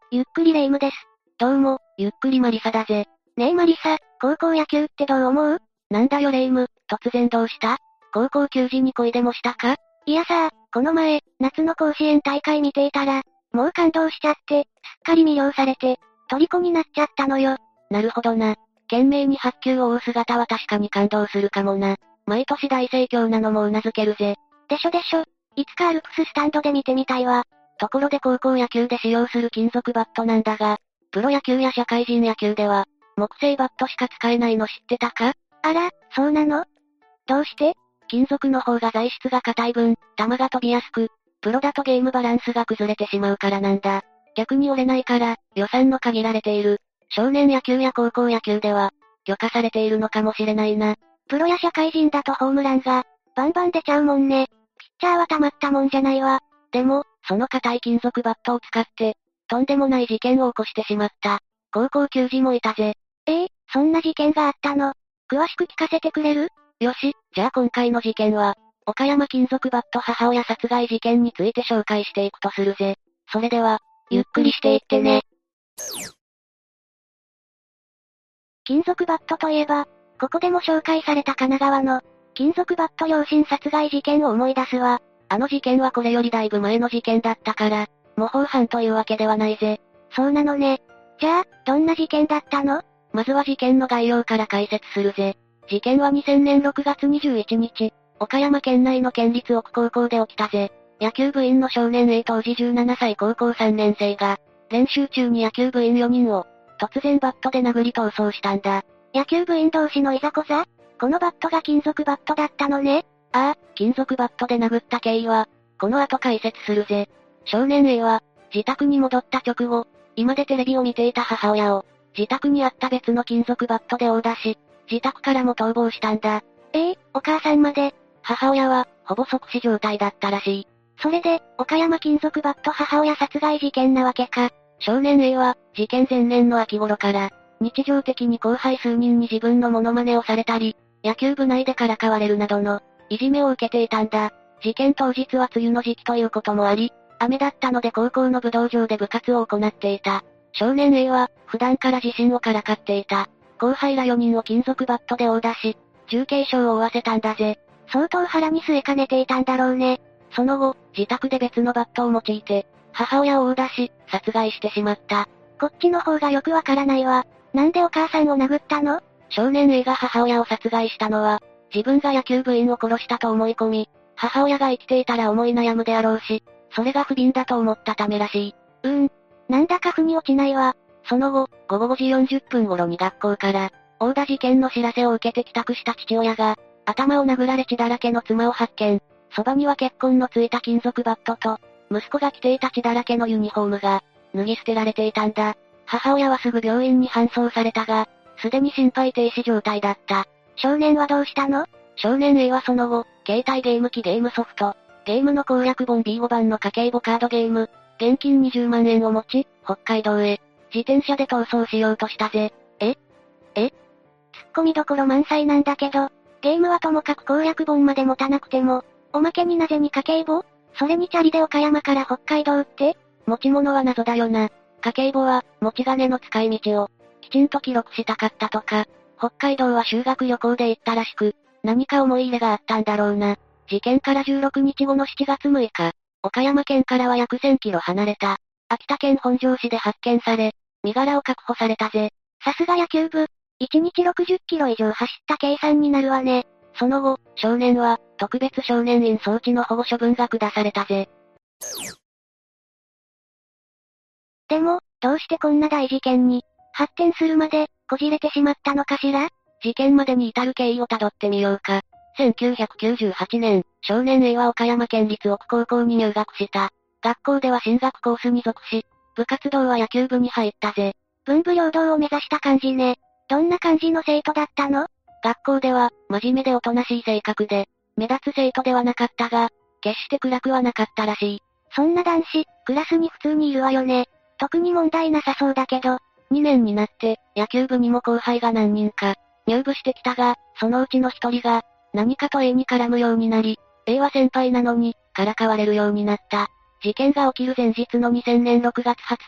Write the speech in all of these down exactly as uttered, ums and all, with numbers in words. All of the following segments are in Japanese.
ゆっくりレ夢ムです。 どうも、ゆっくりマリサだぜ。 ねえマリサ、高校野球ってどう思う？ なんだよレ夢ム、突然どうした？高校球児に恋でもしたか？ いやさ、この前、夏の甲子園大会見ていたら、もう感動しちゃって、すっかり魅了されて、虜になっちゃったのよ。 なるほどな。懸命に白球を追う姿は確かに感動するかもな。毎年大盛況なのも頷けるぜ。 でしょでしょ。いつかアルプススタンドで見てみたいわ。 ところで高校野球で使用する金属バットなんだが、プロ野球や社会人野球では、木製バットしか使えないの知ってたか？ あら、そうなの？どうして？ 金属の方が材質が硬い分、球が飛びやすく、プロだとゲームバランスが崩れてしまうからなんだ。逆に折れないから、予算の限られている。少年野球や高校野球では、許可されているのかもしれないな。 プロや社会人だとホームランが、バンバン出ちゃうもんね。ピッチャーはたまったもんじゃないわ。 でも、その硬い金属バットを使って、とんでもない事件を起こしてしまった。高校球児もいたぜ。 ええー、そんな事件があったの？詳しく聞かせてくれる？ よし、じゃあ今回の事件は、岡山金属バット母親殺害事件について紹介していくとするぜ。それでは、ゆっくりしていってね。 金属バットといえば、ここでも紹介された神奈川の、金属バット両親殺害事件を思い出すわ。 あの事件はこれよりだいぶ前の事件だったから、模倣犯というわけではないぜ。 そうなのね。じゃあ、どんな事件だったの？ まずは事件の概要から解説するぜ。事件はにせんねんろくがつにじゅういちにち、岡山県内の県立奥高校で起きたぜ。野球部員の少年 A 当時じゅうななさい高校さんねん生が、練習中に野球部員よにんを、突然バットで殴り逃走したんだ。 野球部員同士のいざこざ？このバットが金属バットだったのね。 ああ、金属バットで殴った経緯は、この後解説するぜ。少年 A は、自宅に戻った直後、居間でテレビを見ていた母親を、自宅にあった別の金属バットで殴打し、自宅からも逃亡したんだ。 ええー、お母さんまで。 母親は、ほぼ即死状態だったらしい。 それで、岡山金属バット母親殺害事件なわけか。 少年 A は、事件前年の秋頃から、日常的に後輩数人に自分のモノマネをされたり、野球部内でからかわれるなどの、いじめを受けていたんだ。事件当日は梅雨の時期ということもあり、雨だったので高校の武道場で部活を行っていた。少年 A は、普段から自身をからかっていた。後輩らよにんを金属バットで殴打し、重軽傷を負わせたんだぜ。 相当腹に据えかねていたんだろうね。 その後、自宅で別のバットを用いて、母親を殴打し、殺害してしまった。 こっちの方がよくわからないわ。なんでお母さんを殴ったの？ 少年 A が母親を殺害したのは、自分が野球部員を殺したと思い込み、母親が生きていたら思い悩むであろうし、それが不憫だと思ったためらしい。 うーん。なんだか腑に落ちないわ。 その後、ごごごじよんじゅっぷん頃に学校から、殴打事件の知らせを受けて帰宅した父親が、頭を殴られ血だらけの妻を発見。そばには血痕のついた金属バットと、息子が着ていた血だらけのユニフォームが、脱ぎ捨てられていたんだ。母親はすぐ病院に搬送されたが、すでに心肺停止状態だった。 少年はどうしたの？ 少年 A はその後、携帯ゲーム機ゲームソフト、ゲームの攻略本 ビーご 番の家計簿カードゲーム、現金にじゅうまんえんを持ち、北海道へ、自転車で逃走しようとしたぜ。ええ突っ込みどころ満載なんだけど、ゲームはともかく攻略本まで持たなくても、おまけになぜに家計簿？それにチャリで岡山から北海道って？ 持ち物は謎だよな。家計簿は、持ち金の使い道を、きちんと記録したかったとか、北海道は修学旅行で行ったらしく、何か思い入れがあったんだろうな。事件からじゅうろくにちごのしちがつむいか、岡山県からは約せんキロ離れた、秋田県本庄市で発見され、身柄を確保されたぜ。 さすが野球部、いちにちろくじゅっキロ以上走った計算になるわね。 その後、少年は、特別少年院送致の保護処分が下されたぜ。 でも、どうしてこんな大事件に、発展するまで、こじれてしまったのかしら？ 事件までに至る経緯をたどってみようか。せんきゅうひゃくきゅうじゅうはちねん、少年 A は岡山県立奥高校に入学した。学校では進学コースに属し、部活動は野球部に入ったぜ。 文武両道を目指した感じね。どんな感じの生徒だったの？ 学校では、真面目でおとなしい性格で、目立つ生徒ではなかったが、決して暗くはなかったらしい。 そんな男子、クラスに普通にいるわよね。特に問題なさそうだけど、 にねんになって、野球部にも後輩が何人か、入部してきたが、そのうちの一人が、何かと A に絡むようになり、A は先輩なのに、からかわれるようになった。事件が起きる前日のにせんねんろくがつはつか、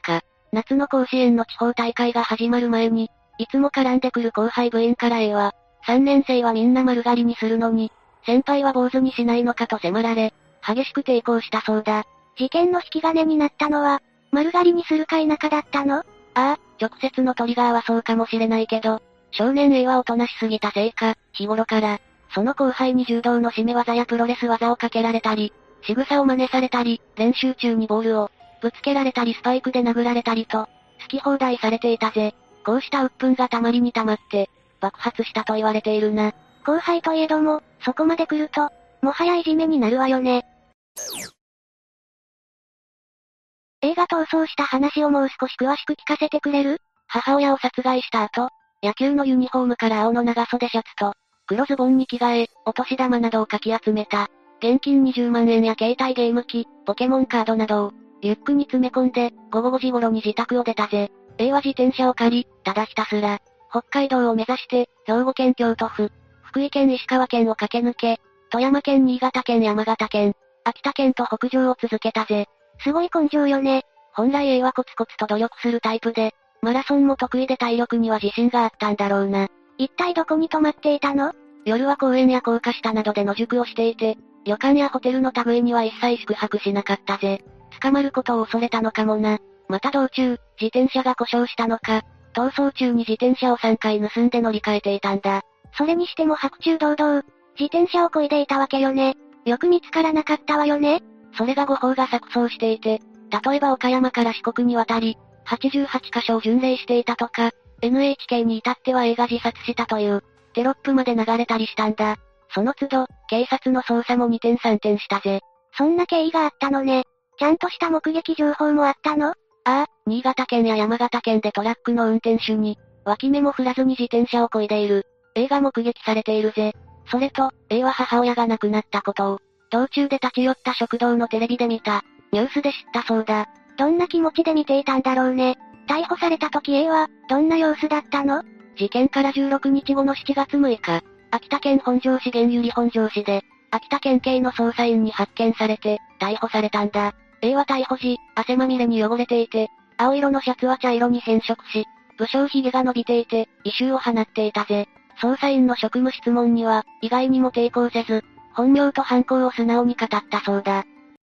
夏の甲子園の地方大会が始まる前に、いつも絡んでくる後輩部員から A は、さんねん生はみんな丸刈りにするのに、先輩は坊主にしないのかと迫られ、激しく抵抗したそうだ。 事件の引き金になったのは、丸刈りにするか否かだったの？ああ、直接のトリガーはそうかもしれないけど、少年 A はおとなしすぎたせいか、日頃から、その後輩に柔道の締め技やプロレス技をかけられたり、仕草を真似されたり、練習中にボールを、ぶつけられたりスパイクで殴られたりと、好き放題されていたぜ。こうした鬱憤がたまりにたまって、爆発したと言われているな。 後輩といえども、そこまで来ると、もはやいじめになるわよね。A が逃走した話をもう少し詳しく聞かせてくれる？ 母親を殺害した後、野球のユニフォームから青の長袖シャツと、黒ズボンに着替え、お年玉などをかき集めた。現金にじゅうまんえんや携帯ゲーム機、ポケモンカードなどを、リュックに詰め込んで、午後ごじ頃に自宅を出たぜ。A は自転車を借り、ただひたすら、北海道を目指して、兵庫県京都府、福井県石川県を駆け抜け、富山県新潟県山形県、秋田県と北上を続けたぜ。 すごい根性よね。 本来 A はコツコツと努力するタイプで、マラソンも得意で体力には自信があったんだろうな。 一体どこに泊まっていたの？ 夜は公園や高架下などで野宿をしていて、旅館やホテルの類には一切宿泊しなかったぜ。捕まることを恐れたのかもな。また道中、自転車が故障したのか、逃走中に自転車をさんかい盗んで乗り換えていたんだ。 それにしても白昼堂々、自転車を漕いでいたわけよね。よく見つからなかったわよね。 それが誤報が錯綜していて、例えば岡山から四国に渡り、はちじゅうはちかしょを巡礼していたとか、エヌエイチケー に至っては A が自殺したという、テロップまで流れたりしたんだ。その都度、警察の捜査も二転三転したぜ。 そんな経緯があったのね。ちゃんとした目撃情報もあったの？ああ、新潟県や山形県でトラックの運転手に、脇目も振らずに自転車を漕いでいる。A が目撃されているぜ。それと、A は母親が亡くなったことを、道中で立ち寄った食堂のテレビで見た、ニュースで知ったそうだ。 どんな気持ちで見ていたんだろうね。逮捕された時 A は、どんな様子だったの？ 事件からじゅうろくにちごのしちがつむいか、秋田県本庄市現由利本庄市で、秋田県警の捜査員に発見されて、逮捕されたんだ。A は逮捕時、汗まみれに汚れていて、青色のシャツは茶色に変色し、武将髭が伸びていて、異臭を放っていたぜ。捜査員の職務質問には、意外にも抵抗せず、本名と犯行を素直に語ったそうだ。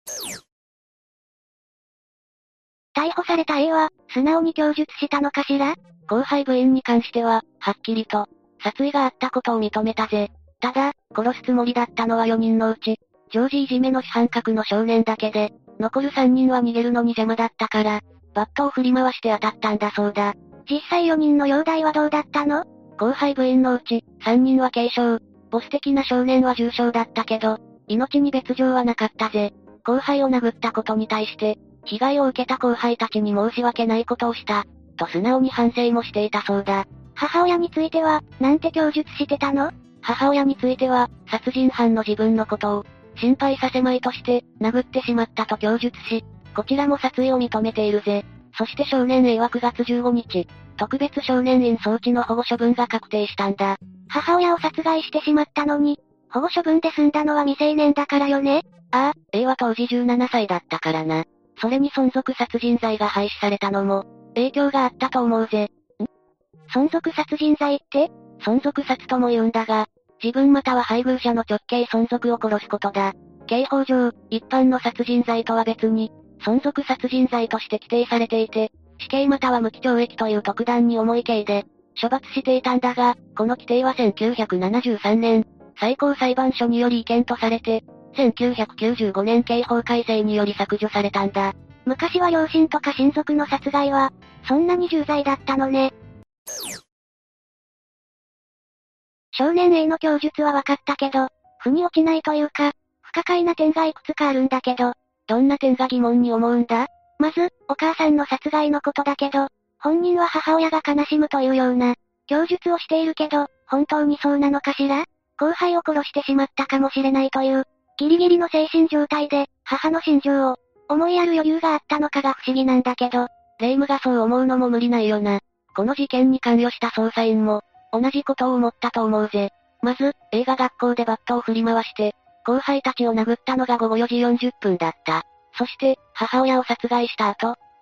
逮捕された A は、素直に供述したのかしら？ 後輩部員に関しては、はっきりと、殺意があったことを認めたぜ。ただ、殺すつもりだったのはよにんのうち、常時いじめの主犯格の少年だけで、残るさんにんは逃げるのに邪魔だったから、バットを振り回して当たったんだそうだ。 実際よにんの容体はどうだったの？ 後輩部員のうち、さんにんは軽傷、ボス的な少年は重傷だったけど、命に別状はなかったぜ。後輩を殴ったことに対して、被害を受けた後輩たちに申し訳ないことをした、と素直に反省もしていたそうだ。 母親については、なんて供述してたの？ 母親については、殺人犯の自分のことを、心配させまいとして、殴ってしまったと供述し、こちらも殺意を認めているぜ。そして少年 A はくがつじゅうごにち、特別少年院送致の保護処分が確定したんだ。 母親を殺害してしまったのに、保護処分で済んだのは未成年だからよね？ ああ、A は当時じゅうななさいだったからな。それに存続殺人罪が廃止されたのも、影響があったと思うぜ。 ん？存続殺人罪って？ 存続殺とも言うんだが、自分または配偶者の直系存続を殺すことだ。刑法上、一般の殺人罪とは別に、存続殺人罪として規定されていて、死刑または無期懲役という特段に重い刑で、処罰していたんだが、この規定はせんきゅうひゃくななじゅうさんねん、最高裁判所により違憲とされて、せんきゅうひゃくきゅうじゅうごねん刑法改正により削除されたんだ。 昔は両親とか親族の殺害は、そんなに重罪だったのね。少年 A の供述は分かったけど、腑に落ちないというか、不可解な点がいくつかあるんだけど、 どんな点が疑問に思うんだ？ まず、お母さんの殺害のことだけど、本人は母親が悲しむというような、供述をしているけど、本当にそうなのかしら？後輩を殺してしまったかもしれないという、ギリギリの精神状態で、母の心情を、思いやる余裕があったのかが不思議なんだけど、 霊夢がそう思うのも無理ないよな。この事件に関与した捜査員も、同じことを思ったと思うぜ。まず、A が学校でバットを振り回して、後輩たちを殴ったのがごごよじよんじゅっぷんだった。そして、母親を殺害した後、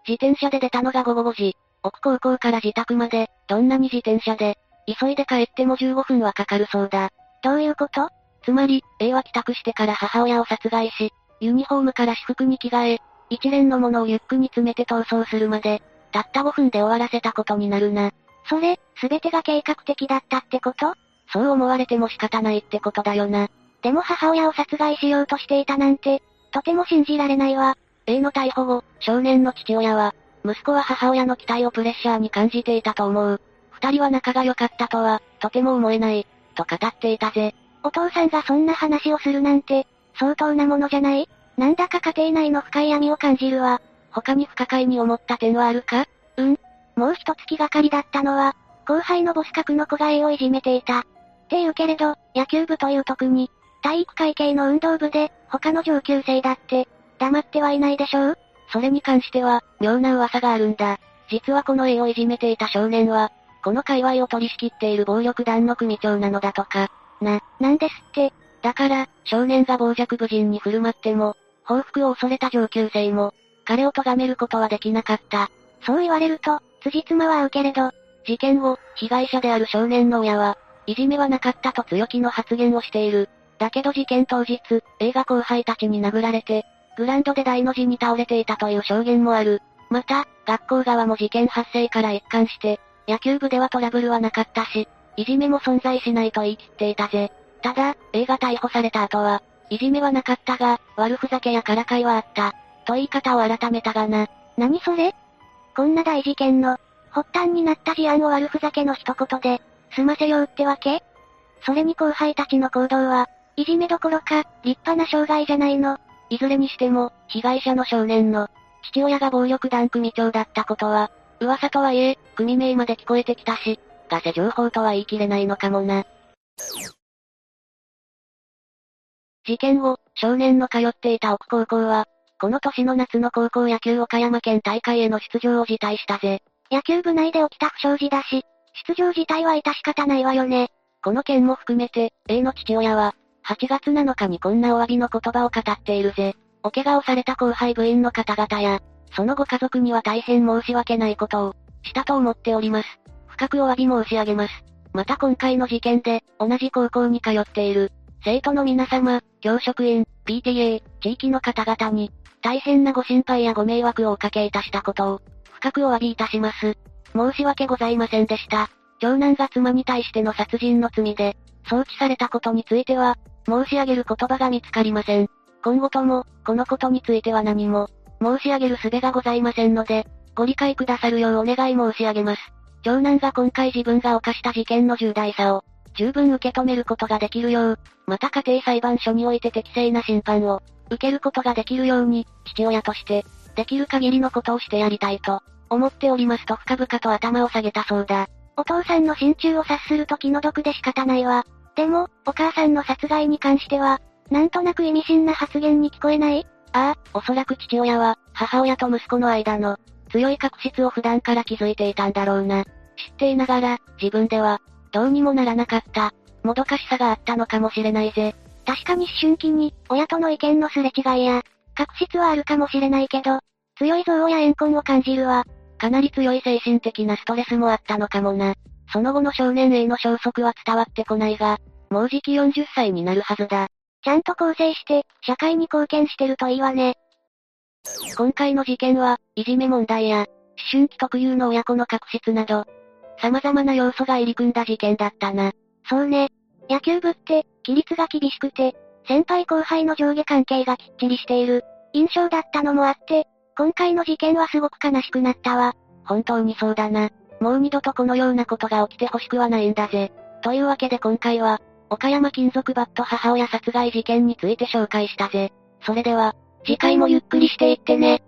自転車で出たのがごごごじ。奥高校から自宅まで、どんなに自転車で、急いで帰ってもじゅうごふんはかかるそうだ。 どういうこと？ つまり、A は帰宅してから母親を殺害し、ユニフォームから私服に着替え、一連のものをリュックに詰めて逃走するまで、たったごふんで終わらせたことになるな。 それ、すべてが計画的だったってこと？ そう思われても仕方ないってことだよな。 でも母親を殺害しようとしていたなんて、とても信じられないわ。 A の逮捕後、少年の父親は、息子は母親の期待をプレッシャーに感じていたと思う。二人は仲が良かったとは、とても思えない、と語っていたぜ。 お父さんがそんな話をするなんて、相当なものじゃない？なんだか家庭内の深い闇を感じるわ。 他に不可解に思った点はあるか？ うん。もう一つ気がかりだったのは、後輩のボス格の子が A をいじめていた。っていうけれど、野球部という特に、体育会系の運動部で、他の上級生だって、黙ってはいないでしょう？ それに関しては、妙な噂があるんだ。実はこの A をいじめていた少年は、この界隈を取り仕切っている暴力団の組長なのだとか。 な、なんですって。 だから、少年が傍若無人に振る舞っても、報復を恐れた上級生も、彼を咎めることはできなかった。 そう言われると、辻褄は合うけれど、 事件後、被害者である少年の親は、いじめはなかったと強気の発言をしている。だけど事件当日、A が後輩たちに殴られて、グラウンドで大の字に倒れていたという証言もある。また、学校側も事件発生から一貫して、野球部ではトラブルはなかったし、いじめも存在しないと言い切っていたぜ。ただ、A が逮捕された後は、いじめはなかったが、悪ふざけやからかいはあった。と言い方を改めたがな。 何それ？こんな大事件の、発端になった事案を悪ふざけの一言で、済ませようってわけ？それに後輩たちの行動は、いじめどころか、立派な傷害じゃないの。 いずれにしても、被害者の少年の、父親が暴力団組長だったことは、噂とはいえ、組名まで聞こえてきたし、ガセ情報とは言い切れないのかもな。事件後、少年の通っていた奥高校は、この年の夏の高校野球岡山県大会への出場を辞退したぜ。 野球部内で起きた不祥事だし、出場辞退は致し方ないわよね。 この件も含めて、A の父親は、はちがつなのかにこんなお詫びの言葉を語っているぜ。お怪我をされた後輩部員の方々や、そのご家族には大変申し訳ないことを、したと思っております。深くお詫び申し上げます。また今回の事件で、同じ高校に通っている、生徒の皆様、教職員、ピーティーエー、地域の方々に、大変なご心配やご迷惑をおかけいたしたことを、深くお詫びいたします。申し訳ございませんでした。長男が妻に対しての殺人の罪で、送致されたことについては、申し上げる言葉が見つかりません。今後とも、このことについては何も、申し上げる術がございませんので、ご理解くださるようお願い申し上げます。長男が今回自分が犯した事件の重大さを、十分受け止めることができるよう、また家庭裁判所において適正な審判を、受けることができるように、父親として、できる限りのことをしてやりたいと、思っておりますと深々と頭を下げたそうだ。 お父さんの心中を察すると気の毒で仕方ないわ。でも、お母さんの殺害に関しては、なんとなく意味深な発言に聞こえない？ ああ、おそらく父親は、母親と息子の間の、強い確執を普段から気づいていたんだろうな。知っていながら、自分では、どうにもならなかった、もどかしさがあったのかもしれないぜ。 確かに思春期に、親との意見のすれ違いや、確執はあるかもしれないけど、強い憎悪や怨恨を感じるわ。 かなり強い精神的なストレスもあったのかもな。その後の少年 A の消息は伝わってこないが、もうじきよんじゅっさいになるはずだ。 ちゃんと更生して、社会に貢献してるといいわね。 今回の事件は、いじめ問題や、思春期特有の親子の確執など、様々な要素が入り組んだ事件だったな。 そうね。野球部って、規律が厳しくて、先輩後輩の上下関係がきっちりしている、印象だったのもあって、今回の事件はすごく悲しくなったわ。 本当にそうだな。もう二度とこのようなことが起きてほしくはないんだぜ。というわけで今回は、岡山金属バット母親殺害事件について紹介したぜ。それでは、次回もゆっくりしていってね。